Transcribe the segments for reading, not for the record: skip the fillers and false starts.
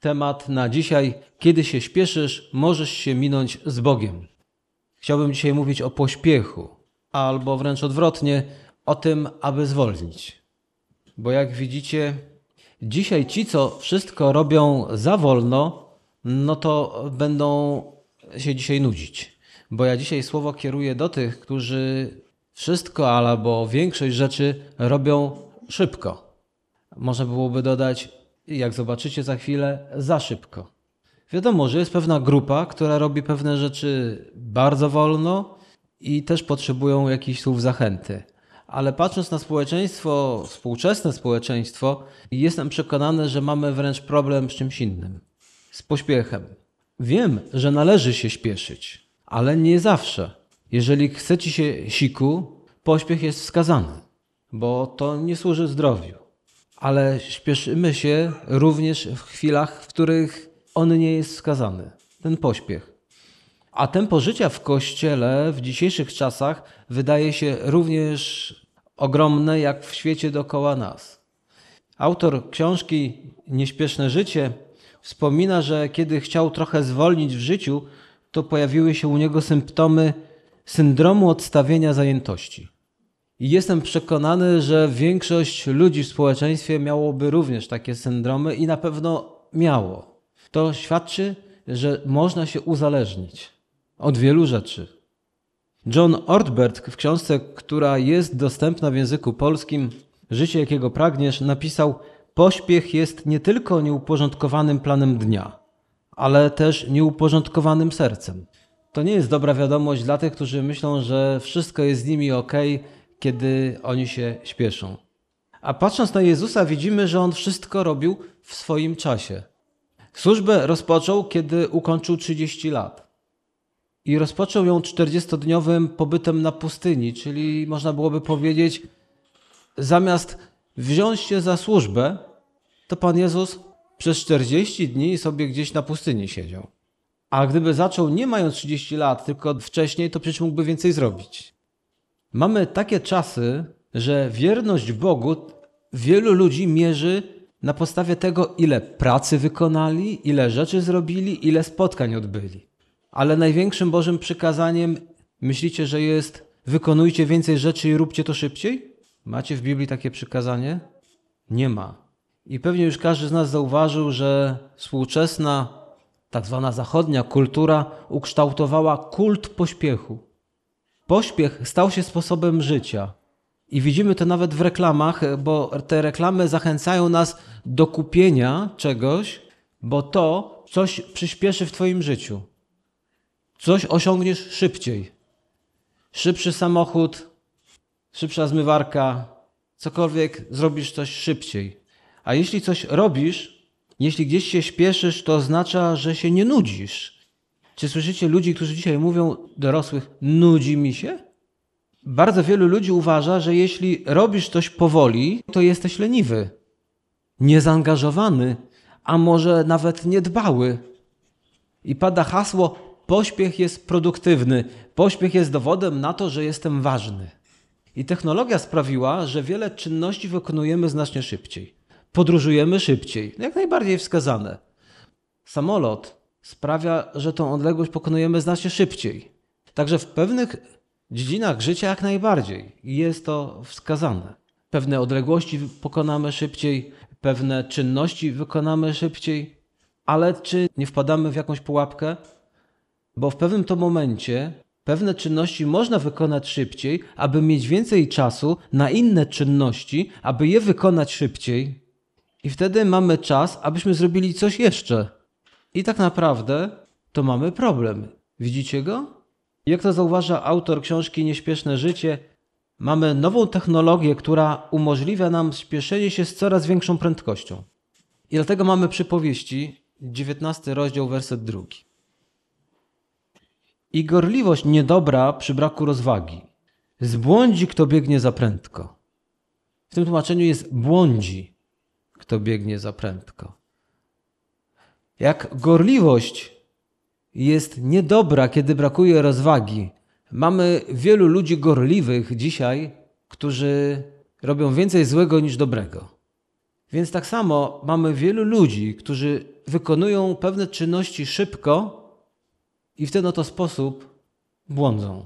Temat na dzisiaj: kiedy się śpieszysz, możesz się minąć z Bogiem. Chciałbym dzisiaj mówić o pośpiechu, albo wręcz odwrotnie, o tym, aby zwolnić. Bo jak widzicie, dzisiaj ci, co wszystko robią za wolno, no to będą się dzisiaj nudzić. Bo ja dzisiaj słowo kieruję do tych, którzy wszystko albo większość rzeczy robią szybko. Można byłoby dodać, jak zobaczycie za chwilę, za szybko. Wiadomo, że jest pewna grupa, która robi pewne rzeczy bardzo wolno i też potrzebują jakichś słów zachęty. Ale patrząc na społeczeństwo, współczesne społeczeństwo, jestem przekonany, że mamy wręcz problem z czymś innym. Z pośpiechem. Wiem, że należy się śpieszyć, ale nie zawsze. Jeżeli chce ci się siku, pośpiech jest wskazany, bo to nie służy zdrowiu. Ale śpieszymy się również w chwilach, w których on nie jest wskazany, ten pośpiech. A tempo życia w Kościele w dzisiejszych czasach wydaje się również ogromne, jak w świecie dookoła nas. Autor książki Nieśpieszne życie wspomina, że kiedy chciał trochę zwolnić w życiu, to pojawiły się u niego symptomy syndromu odstawienia zajętości. I jestem przekonany, że większość ludzi w społeczeństwie miałoby również takie syndromy i na pewno miało. To świadczy, że można się uzależnić od wielu rzeczy. John Ortberg w książce, która jest dostępna w języku polskim, Życie, jakiego pragniesz, napisał: pośpiech jest nie tylko nieuporządkowanym planem dnia, ale też nieuporządkowanym sercem. To nie jest dobra wiadomość dla tych, którzy myślą, że wszystko jest z nimi okej, kiedy oni się śpieszą. A patrząc na Jezusa, widzimy, że On wszystko robił w swoim czasie. Służbę rozpoczął, kiedy ukończył 30 lat. I rozpoczął ją 40-dniowym pobytem na pustyni, czyli można byłoby powiedzieć, zamiast wziąć się za służbę, to Pan Jezus przez 40 dni sobie gdzieś na pustyni siedział. A gdyby zaczął nie mając 30 lat, tylko wcześniej, to przecież mógłby więcej zrobić. Mamy takie czasy, że wierność Bogu wielu ludzi mierzy na podstawie tego, ile pracy wykonali, ile rzeczy zrobili, ile spotkań odbyli. Ale największym Bożym przykazaniem myślicie, że jest: wykonujcie więcej rzeczy i róbcie to szybciej? Macie w Biblii takie przykazanie? Nie ma. I pewnie już każdy z nas zauważył, że współczesna, tak zwana zachodnia kultura ukształtowała kult pośpiechu. Pośpiech stał się sposobem życia. I widzimy to nawet w reklamach, bo te reklamy zachęcają nas do kupienia czegoś, bo to coś przyspieszy w twoim życiu. Coś osiągniesz szybciej. Szybszy samochód, szybsza zmywarka, cokolwiek, zrobisz coś szybciej. A jeśli coś robisz, jeśli gdzieś się śpieszysz, to oznacza, że się nie nudzisz. Czy słyszycie ludzi, którzy dzisiaj mówią, dorosłych: nudzi mi się? Bardzo wielu ludzi uważa, że jeśli robisz coś powoli, to jesteś leniwy, niezaangażowany, a może nawet niedbały. I pada hasło: pośpiech jest produktywny, pośpiech jest dowodem na to, że jestem ważny. I technologia sprawiła, że wiele czynności wykonujemy znacznie szybciej. Podróżujemy szybciej, jak najbardziej wskazane. Samolot sprawia, że tą odległość pokonujemy znacznie szybciej. Także w pewnych dziedzinach życia jak najbardziej jest to wskazane. Pewne odległości pokonamy szybciej, pewne czynności wykonamy szybciej, ale czy nie wpadamy w jakąś pułapkę? Bo w pewnym to momencie pewne czynności można wykonać szybciej, aby mieć więcej czasu na inne czynności, aby je wykonać szybciej. I wtedy mamy czas, abyśmy zrobili coś jeszcze. I tak naprawdę to mamy problem. Widzicie go? Jak to zauważa autor książki Nieśpieszne życie, mamy nową technologię, która umożliwia nam spieszenie się z coraz większą prędkością. I dlatego mamy Przypowieści, 19 rozdział, werset 2. I gorliwość niedobra przy braku rozwagi. Zbłądzi, kto biegnie za prędko. W tym tłumaczeniu jest: błądzi, kto biegnie za prędko. Jak gorliwość jest niedobra, kiedy brakuje rozwagi. Mamy wielu ludzi gorliwych dzisiaj, którzy robią więcej złego niż dobrego. Więc tak samo mamy wielu ludzi, którzy wykonują pewne czynności szybko i w ten oto sposób błądzą.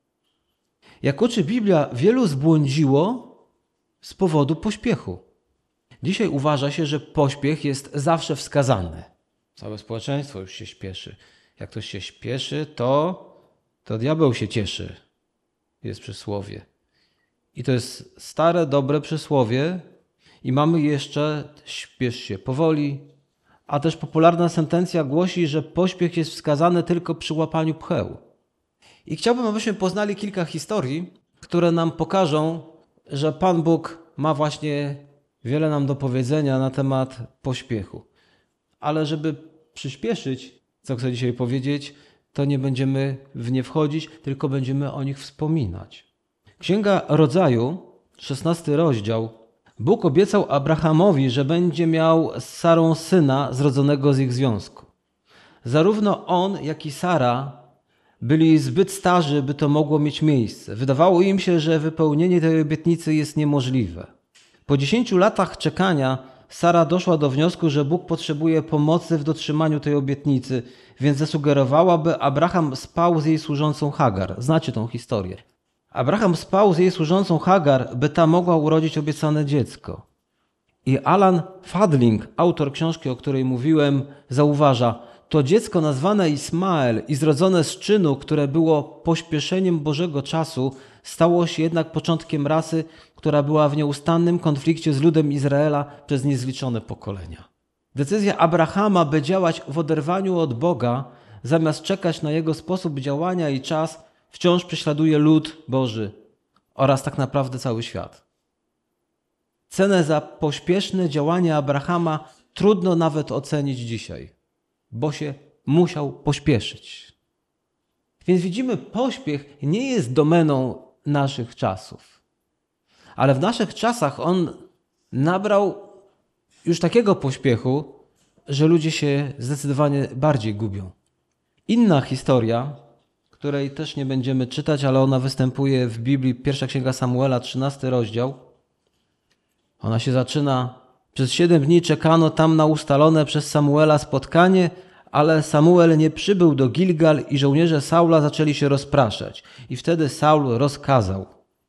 Jak uczy Biblia, wielu zbłądziło z powodu pośpiechu. Dzisiaj uważa się, że pośpiech jest zawsze wskazany. Całe społeczeństwo już się śpieszy. Jak ktoś się śpieszy, to diabeł się cieszy. Jest przysłowie. I to jest stare, dobre przysłowie. I mamy jeszcze śpiesz się powoli. A też popularna sentencja głosi, że pośpiech jest wskazany tylko przy łapaniu pcheł. I chciałbym, abyśmy poznali kilka historii, które nam pokażą, że Pan Bóg ma właśnie wiele nam do powiedzenia na temat pośpiechu. Ale żeby przyspieszyć, co chcę dzisiaj powiedzieć, to nie będziemy w nie wchodzić, tylko będziemy o nich wspominać. Księga Rodzaju, 16 rozdział. Bóg obiecał Abrahamowi, że będzie miał z Sarą syna zrodzonego z ich związku. Zarówno on, jak i Sara byli zbyt starzy, by to mogło mieć miejsce. Wydawało im się, że wypełnienie tej obietnicy jest niemożliwe. Po 10 latach czekania Sara doszła do wniosku, że Bóg potrzebuje pomocy w dotrzymaniu tej obietnicy, więc zasugerowała, by Abraham spał z jej służącą Hagar. Znacie tą historię. Abraham spał z jej służącą Hagar, by ta mogła urodzić obiecane dziecko. I Alan Fadling, autor książki, o której mówiłem, zauważa, to dziecko nazwane Ismael i zrodzone z czynu, które było pośpieszeniem Bożego czasu, stało się jednak początkiem rasy, która była w nieustannym konflikcie z ludem Izraela przez niezliczone pokolenia. Decyzja Abrahama, by działać w oderwaniu od Boga, zamiast czekać na jego sposób działania i czas, wciąż prześladuje lud Boży oraz tak naprawdę cały świat. Cenę za pośpieszne działanie Abrahama trudno nawet ocenić dzisiaj, bo się musiał pośpieszyć. Więc widzimy, pośpiech nie jest domeną naszych czasów. Ale w naszych czasach on nabrał już takiego pośpiechu, że ludzie się zdecydowanie bardziej gubią. Inna historia, której też nie będziemy czytać, ale ona występuje w Biblii, pierwsza księga Samuela, 13 rozdział. Ona się zaczyna: przez 7 dni czekano tam na ustalone przez Samuela spotkanie, ale Samuel nie przybył do Gilgal i żołnierze Saula zaczęli się rozpraszać. I wtedy Saul rozkazał.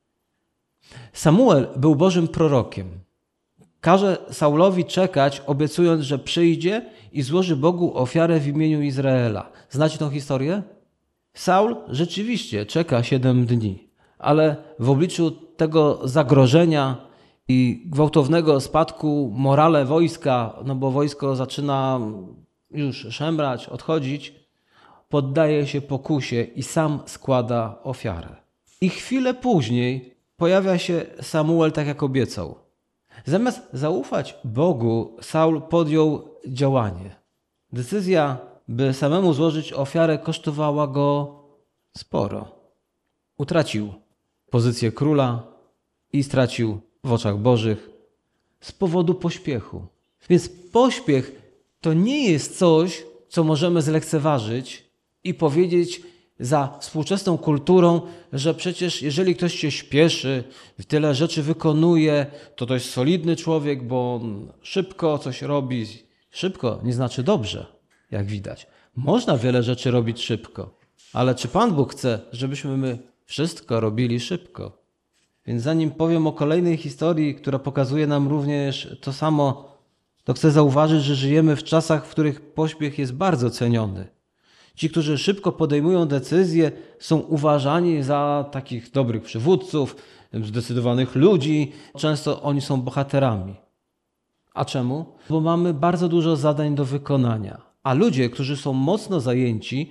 Samuel był Bożym prorokiem. Każe Saulowi czekać, obiecując, że przyjdzie i złoży Bogu ofiarę w imieniu Izraela. Znacie tą historię? Saul rzeczywiście czeka 7 dni, ale w obliczu tego zagrożenia i gwałtownego spadku morale wojska, no bo wojsko zaczyna już szemrać, odchodzić, poddaje się pokusie i sam składa ofiarę. I chwilę później pojawia się Samuel tak jak obiecał. Zamiast zaufać Bogu, Saul podjął działanie. Decyzja, by samemu złożyć ofiarę, kosztowała go sporo. Utracił pozycję króla i stracił w oczach Bożych z powodu pośpiechu. Więc pośpiech to nie jest coś, co możemy zlekceważyć i powiedzieć za współczesną kulturą, że przecież jeżeli ktoś się śpieszy, tyle rzeczy wykonuje, to jest solidny człowiek, bo on szybko coś robi. Szybko nie znaczy dobrze, jak widać. Można wiele rzeczy robić szybko, ale czy Pan Bóg chce, żebyśmy my wszystko robili szybko? Więc zanim powiem o kolejnej historii, która pokazuje nam również to samo, to chcę zauważyć, że żyjemy w czasach, w których pośpiech jest bardzo ceniony. Ci, którzy szybko podejmują decyzje, są uważani za takich dobrych przywódców, zdecydowanych ludzi. Często oni są bohaterami. A czemu? Bo mamy bardzo dużo zadań do wykonania. A ludzie, którzy są mocno zajęci,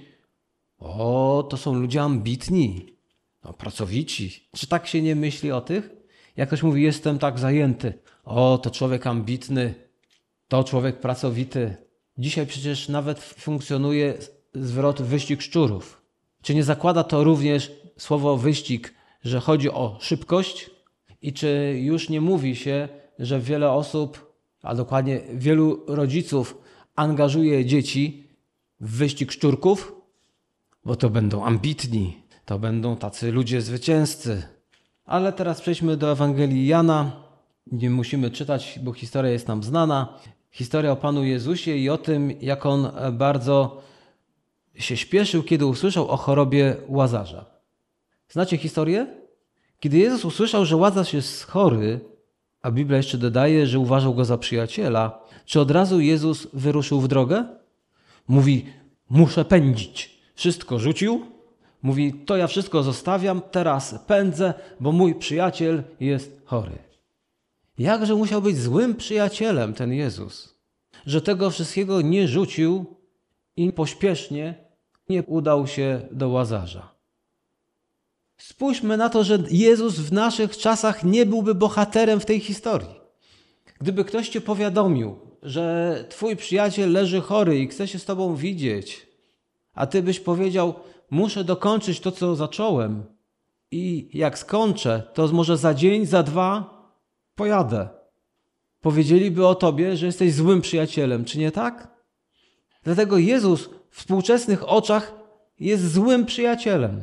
to są ludzie ambitni, pracowici. Czy tak się nie myśli o tych? Jak ktoś mówi, jestem tak zajęty. To człowiek ambitny, to człowiek pracowity. Dzisiaj przecież nawet funkcjonuje zwrot wyścig szczurów. Czy nie zakłada to również słowo wyścig, że chodzi o szybkość? I czy już nie mówi się, że wiele osób, a dokładnie wielu rodziców angażuje dzieci w wyścig szczurków? Bo to będą ambitni, to będą tacy ludzie zwycięzcy. Ale teraz przejdźmy do Ewangelii Jana. Nie musimy czytać, bo historia jest nam znana. Historia o Panu Jezusie i o tym, jak On bardzo się śpieszył, kiedy usłyszał o chorobie Łazarza. Znacie historię? Kiedy Jezus usłyszał, że Łazarz jest chory, a Biblia jeszcze dodaje, że uważał go za przyjaciela, czy od razu Jezus wyruszył w drogę? Mówi, muszę pędzić. Wszystko rzucił. Mówi, to ja wszystko zostawiam, teraz pędzę, bo mój przyjaciel jest chory. Jakże musiał być złym przyjacielem ten Jezus, że tego wszystkiego nie rzucił i pośpiesznie nie udał się do Łazarza. Spójrzmy na to, że Jezus w naszych czasach nie byłby bohaterem w tej historii. Gdyby ktoś cię powiadomił, że twój przyjaciel leży chory i chce się z tobą widzieć, a ty byś powiedział, muszę dokończyć to, co zacząłem i jak skończę, to może za dzień, za dwa pojadę. Powiedzieliby o tobie, że jesteś złym przyjacielem, czy nie tak? Dlatego Jezus w współczesnych oczach jest złym przyjacielem.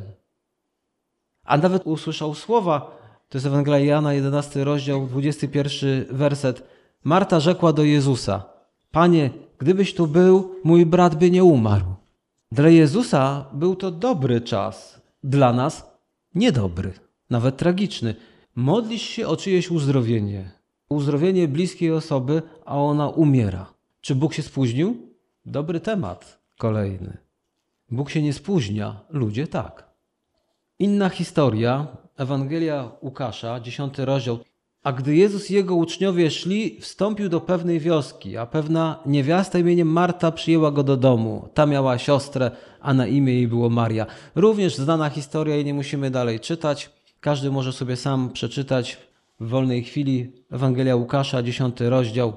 A nawet usłyszał słowa, to jest Ewangelia Jana, 11 rozdział, 21 werset. Marta rzekła do Jezusa, Panie, gdybyś tu był, mój brat by nie umarł. Dla Jezusa był to dobry czas, dla nas niedobry, nawet tragiczny. Modlisz się o czyjeś uzdrowienie. Uzdrowienie bliskiej osoby, a ona umiera. Czy Bóg się spóźnił? Dobry temat, kolejny. Bóg się nie spóźnia, ludzie tak. Inna historia, Ewangelia Łukasza, 10 rozdział. A gdy Jezus i jego uczniowie szli, wstąpił do pewnej wioski, a pewna niewiasta imieniem Marta przyjęła go do domu. Ta miała siostrę, a na imię jej było Maria. Również znana historia i nie musimy dalej czytać. Każdy może sobie sam przeczytać w wolnej chwili. Ewangelia Łukasza, 10 rozdział.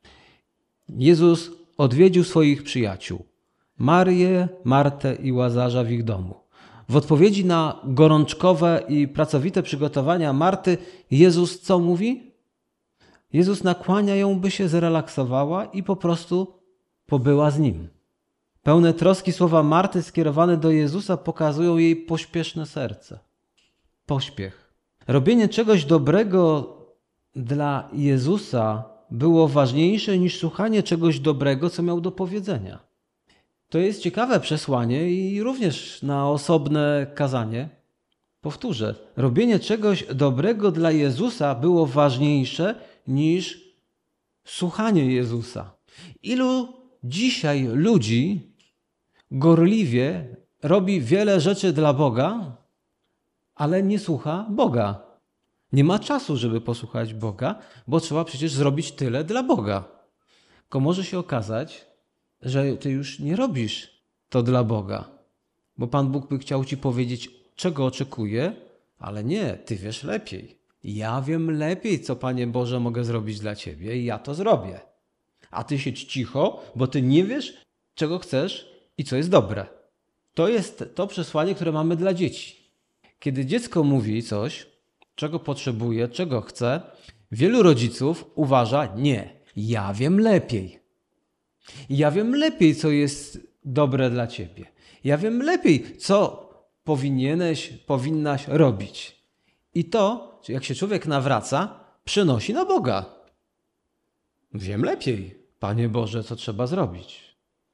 Jezus odwiedził swoich przyjaciół. Marię, Martę i Łazarza w ich domu. W odpowiedzi na gorączkowe i pracowite przygotowania Marty, Jezus co mówi? Jezus nakłania ją, by się zrelaksowała i po prostu pobyła z Nim. Pełne troski słowa Marty skierowane do Jezusa pokazują jej pośpieszne serce. Pośpiech. Robienie czegoś dobrego dla Jezusa było ważniejsze niż słuchanie czegoś dobrego, co miał do powiedzenia. To jest ciekawe przesłanie i również na osobne kazanie. Powtórzę, robienie czegoś dobrego dla Jezusa było ważniejsze niż słuchanie Jezusa. Ilu dzisiaj ludzi gorliwie robi wiele rzeczy dla Boga, ale nie słucha Boga. Nie ma czasu, żeby posłuchać Boga, bo trzeba przecież zrobić tyle dla Boga. Tylko może się okazać, że ty już nie robisz to dla Boga, bo Pan Bóg by chciał ci powiedzieć, czego oczekuje, ale nie, ty wiesz lepiej. Ja wiem lepiej, co Panie Boże mogę zrobić dla ciebie i ja to zrobię. A ty siedź cicho, bo ty nie wiesz, czego chcesz i co jest dobre. To jest to przesłanie, które mamy dla dzieci. Kiedy dziecko mówi coś, czego potrzebuje, czego chce, wielu rodziców uważa, nie, ja wiem lepiej. Ja wiem lepiej, co jest dobre dla ciebie. Ja wiem lepiej, co powinnaś robić. I to, jak się człowiek nawraca, przynosi na Boga. Wiem lepiej, Panie Boże, co trzeba zrobić.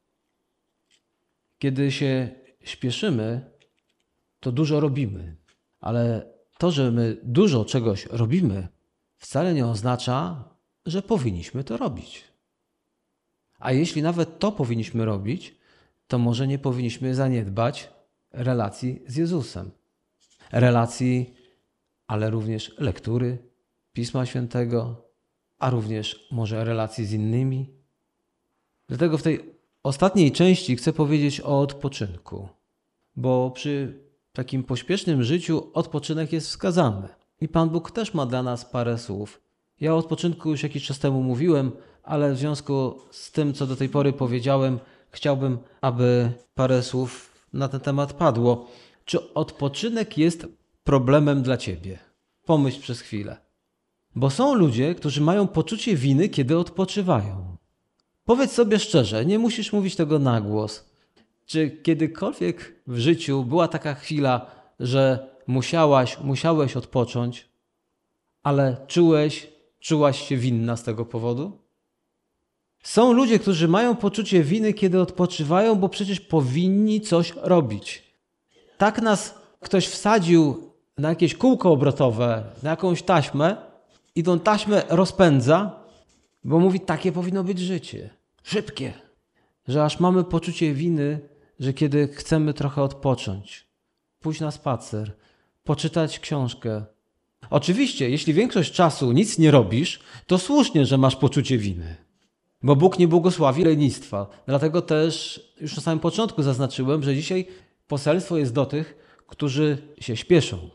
Kiedy się śpieszymy, to dużo robimy. Ale to, że my dużo czegoś robimy, wcale nie oznacza, że powinniśmy to robić. A jeśli nawet to powinniśmy robić, to może nie powinniśmy zaniedbać relacji z Jezusem. Relacji, ale również lektury Pisma Świętego, a również może relacji z innymi. Dlatego w tej ostatniej części chcę powiedzieć o odpoczynku, bo przy takim pośpiesznym życiu odpoczynek jest wskazany. I Pan Bóg też ma dla nas parę słów. Ja o odpoczynku już jakiś czas temu mówiłem, ale w związku z tym, co do tej pory powiedziałem, chciałbym, aby parę słów na ten temat padło. Czy odpoczynek jest problemem dla ciebie? Pomyśl przez chwilę. Bo są ludzie, którzy mają poczucie winy, kiedy odpoczywają. Powiedz sobie szczerze, nie musisz mówić tego na głos. Czy kiedykolwiek w życiu była taka chwila, że musiałeś odpocząć, ale czułaś się winna z tego powodu? Są ludzie, którzy mają poczucie winy, kiedy odpoczywają, bo przecież powinni coś robić. Tak nas ktoś wsadził na jakieś kółko obrotowe, na jakąś taśmę i tą taśmę rozpędza, bo mówi, takie powinno być życie. Szybkie. Że aż mamy poczucie winy, że kiedy chcemy trochę odpocząć, pójść na spacer, poczytać książkę. Oczywiście, jeśli większość czasu nic nie robisz, to słusznie, że masz poczucie winy. Bo Bóg nie błogosławi lenistwa. Dlatego też już na samym początku zaznaczyłem, że dzisiaj poselstwo jest do tych, którzy się śpieszą.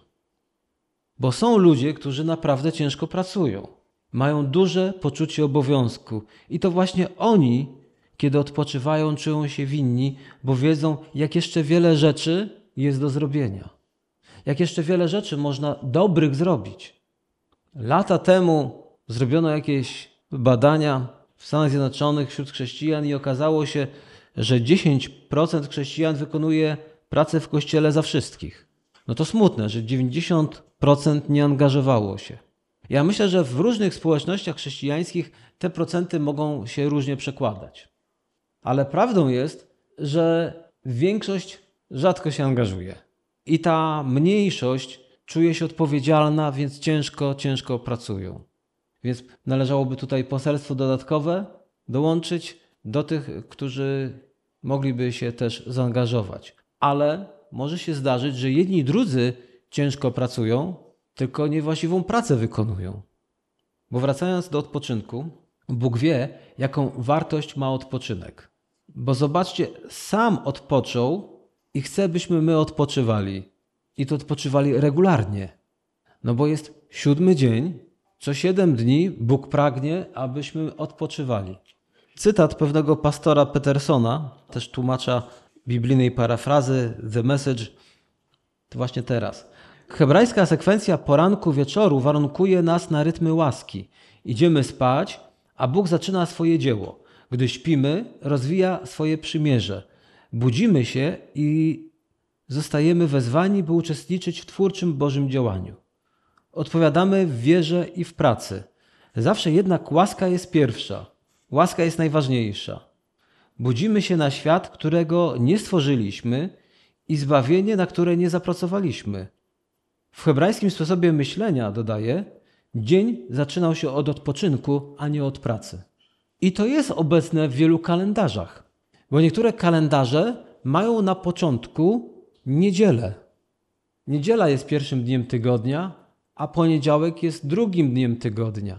Bo są ludzie, którzy naprawdę ciężko pracują. Mają duże poczucie obowiązku. I to właśnie oni, kiedy odpoczywają, czują się winni, bo wiedzą, jak jeszcze wiele rzeczy jest do zrobienia. Jak jeszcze wiele rzeczy można dobrych zrobić. Lata temu zrobiono jakieś badania w Stanach Zjednoczonych wśród chrześcijan i okazało się, że 10% chrześcijan wykonuje pracę w kościele za wszystkich. No to smutne, że 90% nie angażowało się. Ja myślę, że w różnych społecznościach chrześcijańskich te procenty mogą się różnie przekładać. Ale prawdą jest, że większość rzadko się angażuje. I ta mniejszość czuje się odpowiedzialna, więc ciężko pracują. Więc należałoby tutaj poselstwo dodatkowe dołączyć do tych, którzy mogliby się też zaangażować. Ale może się zdarzyć, że jedni i drudzy ciężko pracują, tylko niewłaściwą pracę wykonują. Bo wracając do odpoczynku, Bóg wie, jaką wartość ma odpoczynek. Bo zobaczcie, sam odpoczął i chce, byśmy my odpoczywali. I to odpoczywali regularnie. No bo jest 7 dzień, co 7 dni Bóg pragnie, abyśmy odpoczywali. Cytat pewnego pastora Petersona, też tłumacza biblijnej parafrazy The Message, to właśnie teraz. Hebrajska sekwencja poranku wieczoru warunkuje nas na rytmy łaski. Idziemy spać, a Bóg zaczyna swoje dzieło. Gdy śpimy, rozwija swoje przymierze. Budzimy się i zostajemy wezwani, by uczestniczyć w twórczym Bożym działaniu. Odpowiadamy w wierze i w pracy. Zawsze jednak łaska jest pierwsza. Łaska jest najważniejsza. Budzimy się na świat, którego nie stworzyliśmy i zbawienie, na które nie zapracowaliśmy. W hebrajskim sposobie myślenia, dodaje, dzień zaczynał się od odpoczynku, a nie od pracy. I to jest obecne w wielu kalendarzach, bo niektóre kalendarze mają na początku niedzielę. Niedziela jest pierwszym dniem tygodnia, a poniedziałek jest drugim dniem tygodnia.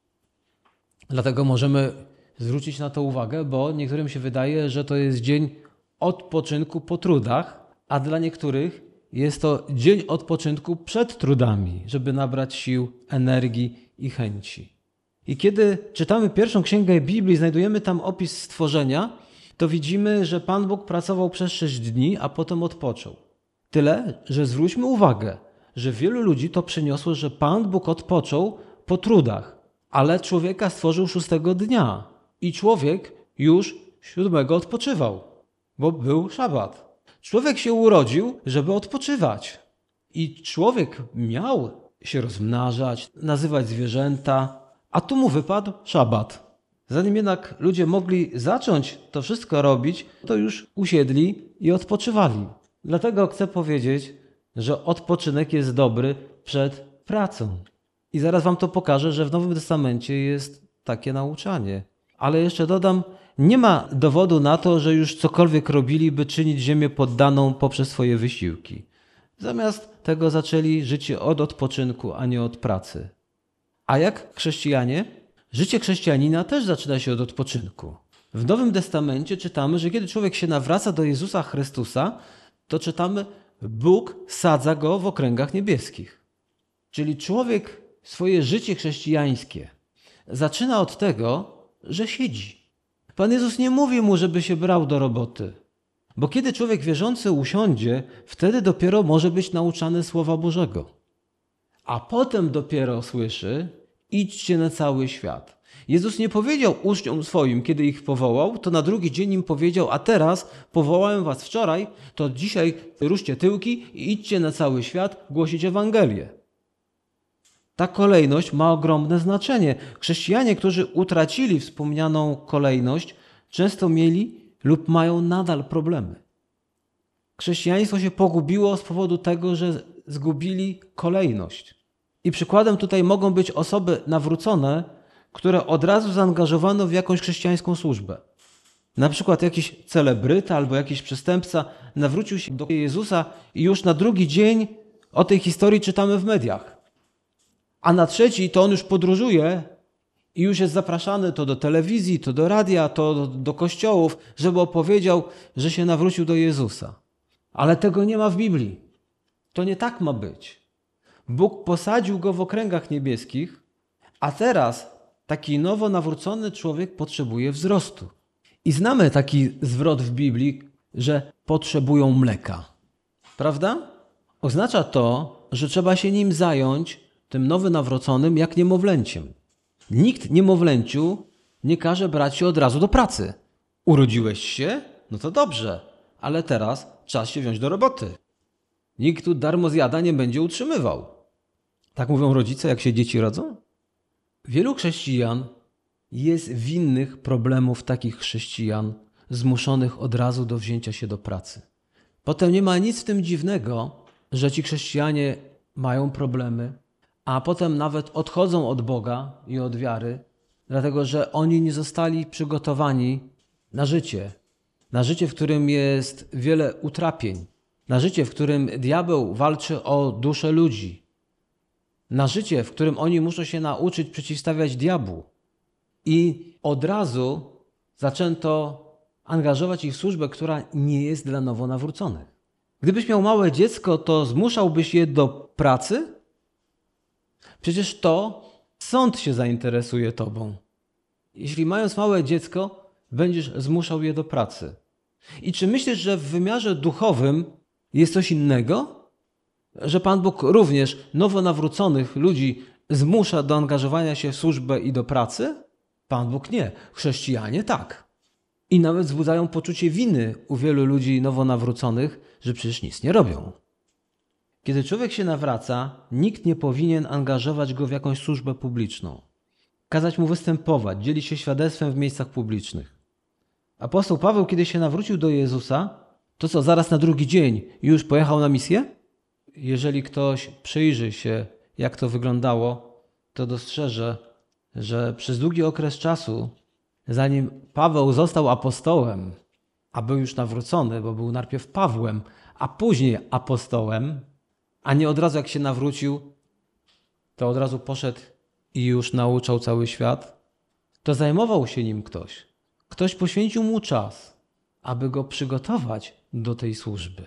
Dlatego możemy zwrócić na to uwagę, bo niektórym się wydaje, że to jest dzień odpoczynku po trudach, a dla niektórych jest to dzień odpoczynku przed trudami, żeby nabrać sił, energii i chęci. I kiedy czytamy pierwszą księgę Biblii, znajdujemy tam opis stworzenia, to widzimy, że Pan Bóg pracował przez 6 dni, a potem odpoczął. Tyle, że zwróćmy uwagę, że wielu ludzi to przyniosło, że Pan Bóg odpoczął po trudach, ale człowieka stworzył 6 dnia i człowiek już 7 odpoczywał, bo był szabat. Człowiek się urodził, żeby odpoczywać i człowiek miał się rozmnażać, nazywać zwierzęta, a tu mu wypadł szabat. Zanim jednak ludzie mogli zacząć to wszystko robić, to już usiedli i odpoczywali. Dlatego chcę powiedzieć, że odpoczynek jest dobry przed pracą. I zaraz wam to pokażę, że w Nowym Testamencie jest takie nauczanie. Ale jeszcze dodam, nie ma dowodu na to, że już cokolwiek robili, by czynić ziemię poddaną poprzez swoje wysiłki. Zamiast tego zaczęli życie od odpoczynku, a nie od pracy. A jak chrześcijanie? Życie chrześcijanina też zaczyna się od odpoczynku. W Nowym Testamencie czytamy, że kiedy człowiek się nawraca do Jezusa Chrystusa, to czytamy, Bóg sadza go w okręgach niebieskich. Czyli człowiek swoje życie chrześcijańskie zaczyna od tego, że siedzi. Pan Jezus nie mówi mu, żeby się brał do roboty. Bo kiedy człowiek wierzący usiądzie, wtedy dopiero może być nauczany Słowa Bożego. A potem dopiero słyszy, idźcie na cały świat. Jezus nie powiedział uczniom swoim, kiedy ich powołał, to na drugi dzień im powiedział, a teraz powołałem was wczoraj, to dzisiaj ruszcie tyłki i idźcie na cały świat głosić Ewangelię. Ta kolejność ma ogromne znaczenie. Chrześcijanie, którzy utracili wspomnianą kolejność, często mieli lub mają nadal problemy. Chrześcijaństwo się pogubiło z powodu tego, że zgubili kolejność. I przykładem tutaj mogą być osoby nawrócone, które od razu zaangażowano w jakąś chrześcijańską służbę. Na przykład jakiś celebryta albo jakiś przestępca nawrócił się do Jezusa i już na drugi dzień o tej historii czytamy w mediach. A na trzeci to on już podróżuje i już jest zapraszany to do telewizji, to do radia, to do kościołów, żeby opowiedział, że się nawrócił do Jezusa. Ale tego nie ma w Biblii. To nie tak ma być. Bóg posadził go w okręgach niebieskich, a teraz taki nowo nawrócony człowiek potrzebuje wzrostu. I znamy taki zwrot w Biblii, że potrzebują mleka. Prawda? Oznacza to, że trzeba się nim zająć, tym nowo nawróconym, jak niemowlęciem. Nikt niemowlęciu nie każe brać się od razu do pracy. Urodziłeś się? No to dobrze, ale teraz czas się wziąć do roboty. Nikt tu darmo zjada nie będzie utrzymywał. Tak mówią rodzice, jak się dzieci rodzą? Wielu chrześcijan jest winnych problemów takich chrześcijan, zmuszonych od razu do wzięcia się do pracy. Potem nie ma nic w tym dziwnego, że ci chrześcijanie mają problemy, a potem nawet odchodzą od Boga i od wiary, dlatego że oni nie zostali przygotowani na życie, w którym jest wiele utrapień, na życie, w którym diabeł walczy o duszę ludzi, na życie, w którym oni muszą się nauczyć przeciwstawiać diabłu. I od razu zaczęto angażować ich w służbę, która nie jest dla nowo nawróconych. Gdybyś miał małe dziecko, to zmuszałbyś je do pracy? Przecież to sąd się zainteresuje tobą. Jeśli mając małe dziecko, będziesz zmuszał je do pracy. I czy myślisz, że w wymiarze duchowym jest coś innego? Że Pan Bóg również nowo nawróconych ludzi zmusza do angażowania się w służbę i do pracy? Pan Bóg nie. Chrześcijanie tak. I nawet wzbudzają poczucie winy u wielu ludzi nowo nawróconych, że przecież nic nie robią. Kiedy człowiek się nawraca, nikt nie powinien angażować go w jakąś służbę publiczną. Kazać mu występować, dzielić się świadectwem w miejscach publicznych. Apostoł Paweł, kiedy się nawrócił do Jezusa, to co, zaraz na drugi dzień już pojechał na misję? Jeżeli ktoś przyjrzy się, jak to wyglądało, to dostrzeże, że przez długi okres czasu, zanim Paweł został apostołem, a był już nawrócony, bo był najpierw Pawłem, a później apostołem, a nie od razu jak się nawrócił, to od razu poszedł i już nauczał cały świat, to zajmował się nim ktoś. Ktoś poświęcił mu czas, aby go przygotować do tej służby.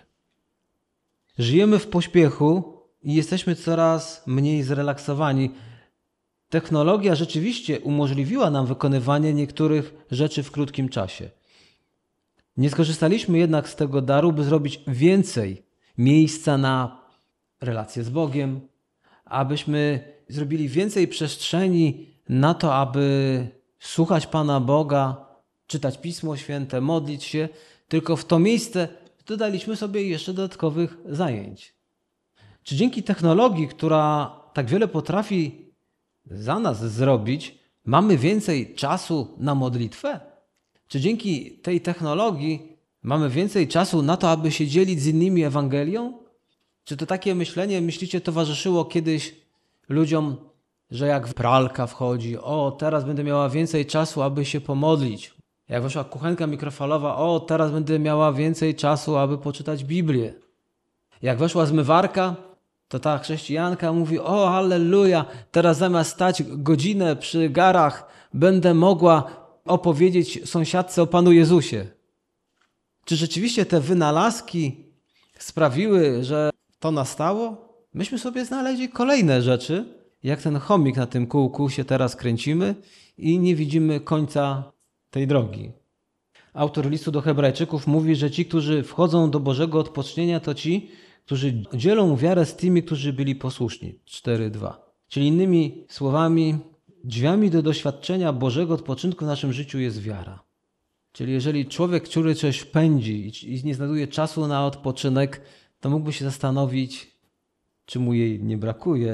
Żyjemy w pośpiechu i jesteśmy coraz mniej zrelaksowani. Technologia rzeczywiście umożliwiła nam wykonywanie niektórych rzeczy w krótkim czasie. Nie skorzystaliśmy jednak z tego daru, by zrobić więcej miejsca na relacje z Bogiem, abyśmy zrobili więcej przestrzeni na to, aby słuchać Pana Boga, czytać Pismo Święte, modlić się, tylko w to miejsce dodaliśmy sobie jeszcze dodatkowych zajęć. Czy dzięki technologii, która tak wiele potrafi za nas zrobić, mamy więcej czasu na modlitwę? Czy dzięki tej technologii mamy więcej czasu na to, aby się dzielić z innymi Ewangelią? Czy to takie myślenie, myślicie, towarzyszyło kiedyś ludziom, że jak pralka wchodzi, teraz będę miała więcej czasu, aby się pomodlić. Jak weszła kuchenka mikrofalowa, teraz będę miała więcej czasu, aby poczytać Biblię. Jak weszła zmywarka, to ta chrześcijanka mówi, halleluja, teraz zamiast stać godzinę przy garach, będę mogła opowiedzieć sąsiadce o Panu Jezusie. Czy rzeczywiście te wynalazki sprawiły, że to nastało? Myśmy sobie znaleźli kolejne rzeczy, jak ten chomik na tym kółku się teraz kręcimy i nie widzimy końca tej drogi. Autor listu do Hebrajczyków mówi, że ci, którzy wchodzą do Bożego odpocznienia, to ci, którzy dzielą wiarę z tymi, którzy byli posłuszni. 4:2. Czyli innymi słowami, drzwiami do doświadczenia Bożego odpoczynku w naszym życiu jest wiara. Czyli jeżeli człowiek, który coś pędzi i nie znajduje czasu na odpoczynek, to mógłby się zastanowić, czy mu jej nie brakuje.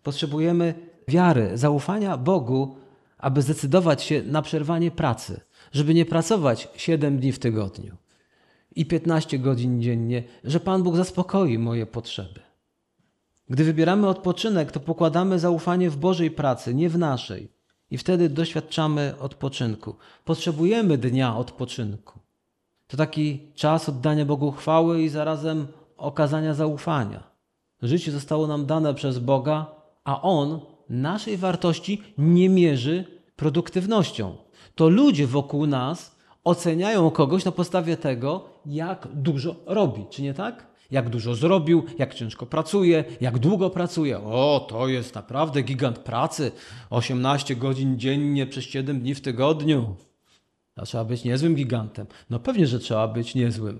Potrzebujemy wiary, zaufania Bogu, aby zdecydować się na przerwanie pracy, żeby nie pracować 7 dni w tygodniu i 15 godzin dziennie, że Pan Bóg zaspokoi moje potrzeby. Gdy wybieramy odpoczynek, to pokładamy zaufanie w Bożej pracy, nie w naszej. I wtedy doświadczamy odpoczynku. Potrzebujemy dnia odpoczynku. To taki czas oddania Bogu chwały i zarazem okazania zaufania. Życie zostało nam dane przez Boga, a On naszej wartości nie mierzy produktywnością. To ludzie wokół nas oceniają kogoś na podstawie tego, jak dużo robi, czy nie tak? Jak dużo zrobił, jak ciężko pracuje, jak długo pracuje. O, to jest naprawdę gigant pracy. 18 godzin dziennie przez 7 dni w tygodniu. To trzeba być niezłym gigantem. No pewnie, że trzeba być niezłym.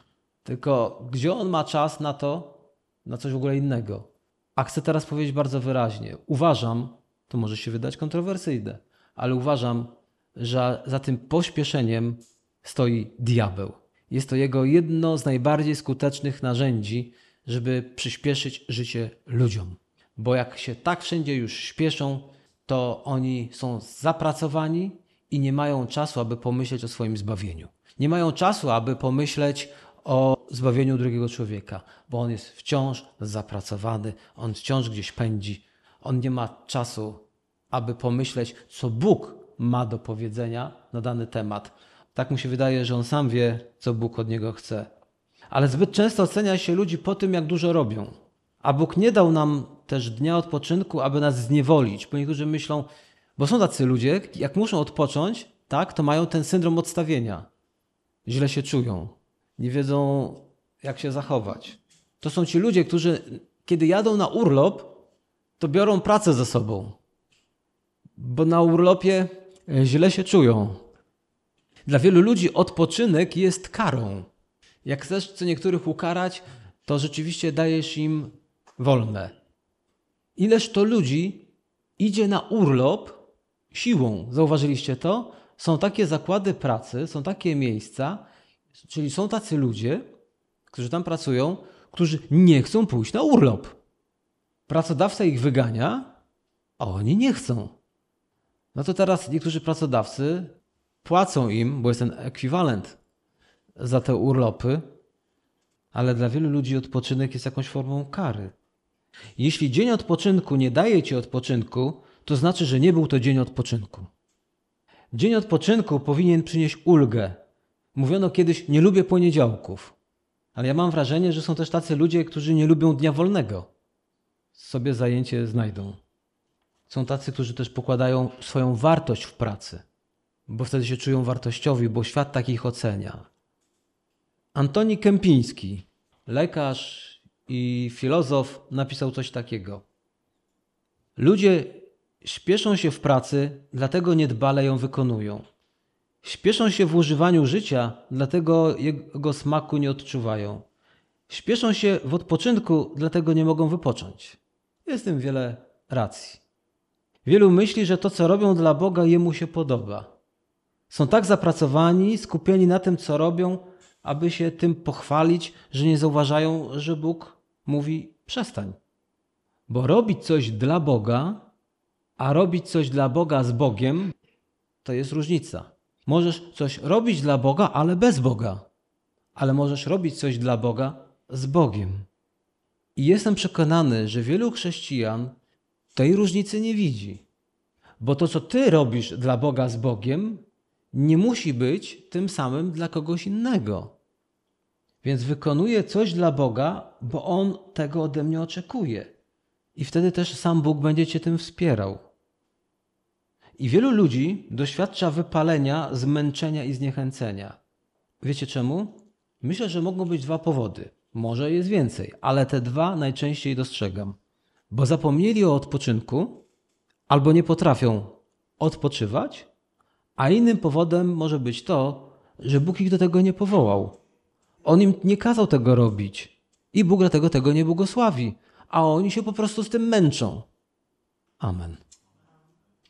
Tylko gdzie on ma czas na to, na coś w ogóle innego? A chcę teraz powiedzieć bardzo wyraźnie. Uważam, to może się wydać kontrowersyjne, ale uważam, że za tym pośpieszeniem stoi diabeł. Jest to jego jedno z najbardziej skutecznych narzędzi, żeby przyspieszyć życie ludziom. Bo jak się tak wszędzie już śpieszą, to oni są zapracowani i nie mają czasu, aby pomyśleć o swoim zbawieniu. Nie mają czasu, aby pomyśleć o zbawieniu drugiego człowieka, bo on jest wciąż zapracowany, on wciąż gdzieś pędzi. On nie ma czasu, aby pomyśleć, co Bóg ma do powiedzenia na dany temat. Tak mu się wydaje, że on sam wie, co Bóg od niego chce. Ale zbyt często ocenia się ludzi po tym, jak dużo robią. A Bóg nie dał nam też dnia odpoczynku, aby nas zniewolić. Bo niektórzy myślą, bo są tacy ludzie, jak muszą odpocząć, tak, to mają ten syndrom odstawienia. Źle się czują. Nie wiedzą, jak się zachować. To są ci ludzie, którzy kiedy jadą na urlop, to biorą pracę ze sobą. Bo na urlopie źle się czują. Dla wielu ludzi odpoczynek jest karą. Jak chcesz co niektórych ukarać, to rzeczywiście dajesz im wolne. Ileż to ludzi idzie na urlop siłą. Zauważyliście to? Są takie zakłady pracy, są takie miejsca, czyli są tacy ludzie, którzy tam pracują, którzy nie chcą pójść na urlop. Pracodawca ich wygania, a oni nie chcą. No to teraz niektórzy pracodawcy płacą im, bo jest ten ekwiwalent za te urlopy, ale dla wielu ludzi odpoczynek jest jakąś formą kary. Jeśli dzień odpoczynku nie daje ci odpoczynku, to znaczy, że nie był to dzień odpoczynku. Dzień odpoczynku powinien przynieść ulgę. Mówiono kiedyś, nie lubię poniedziałków, ale ja mam wrażenie, że są też tacy ludzie, którzy nie lubią dnia wolnego. Sobie zajęcie znajdą. Są tacy, którzy też pokładają swoją wartość w pracy, bo wtedy się czują wartościowi, bo świat takich ocenia. Antoni Kępiński, lekarz i filozof, napisał coś takiego. Ludzie śpieszą się w pracy, dlatego niedbale ją wykonują. Śpieszą się w używaniu życia, dlatego jego smaku nie odczuwają. Śpieszą się w odpoczynku, dlatego nie mogą wypocząć. Jest w tym wiele racji. Wielu myśli, że to, co robią dla Boga, jemu się podoba. Są tak zapracowani, skupieni na tym, co robią, aby się tym pochwalić, że nie zauważają, że Bóg mówi przestań. Bo robić coś dla Boga, a robić coś dla Boga z Bogiem, to jest różnica. Możesz coś robić dla Boga, ale bez Boga. Ale możesz robić coś dla Boga z Bogiem. I jestem przekonany, że wielu chrześcijan tej różnicy nie widzi. Bo to, co ty robisz dla Boga z Bogiem, nie musi być tym samym dla kogoś innego. Więc wykonuję coś dla Boga, bo On tego ode mnie oczekuje. I wtedy też sam Bóg będzie cię tym wspierał. I wielu ludzi doświadcza wypalenia, zmęczenia i zniechęcenia. Wiecie czemu? Myślę, że mogą być dwa powody. Może jest więcej, ale te dwa najczęściej dostrzegam. Bo zapomnieli o odpoczynku, albo nie potrafią odpoczywać, a innym powodem może być to, że Bóg ich do tego nie powołał. On im nie kazał tego robić i Bóg dlatego tego nie błogosławi, a oni się po prostu z tym męczą. Amen.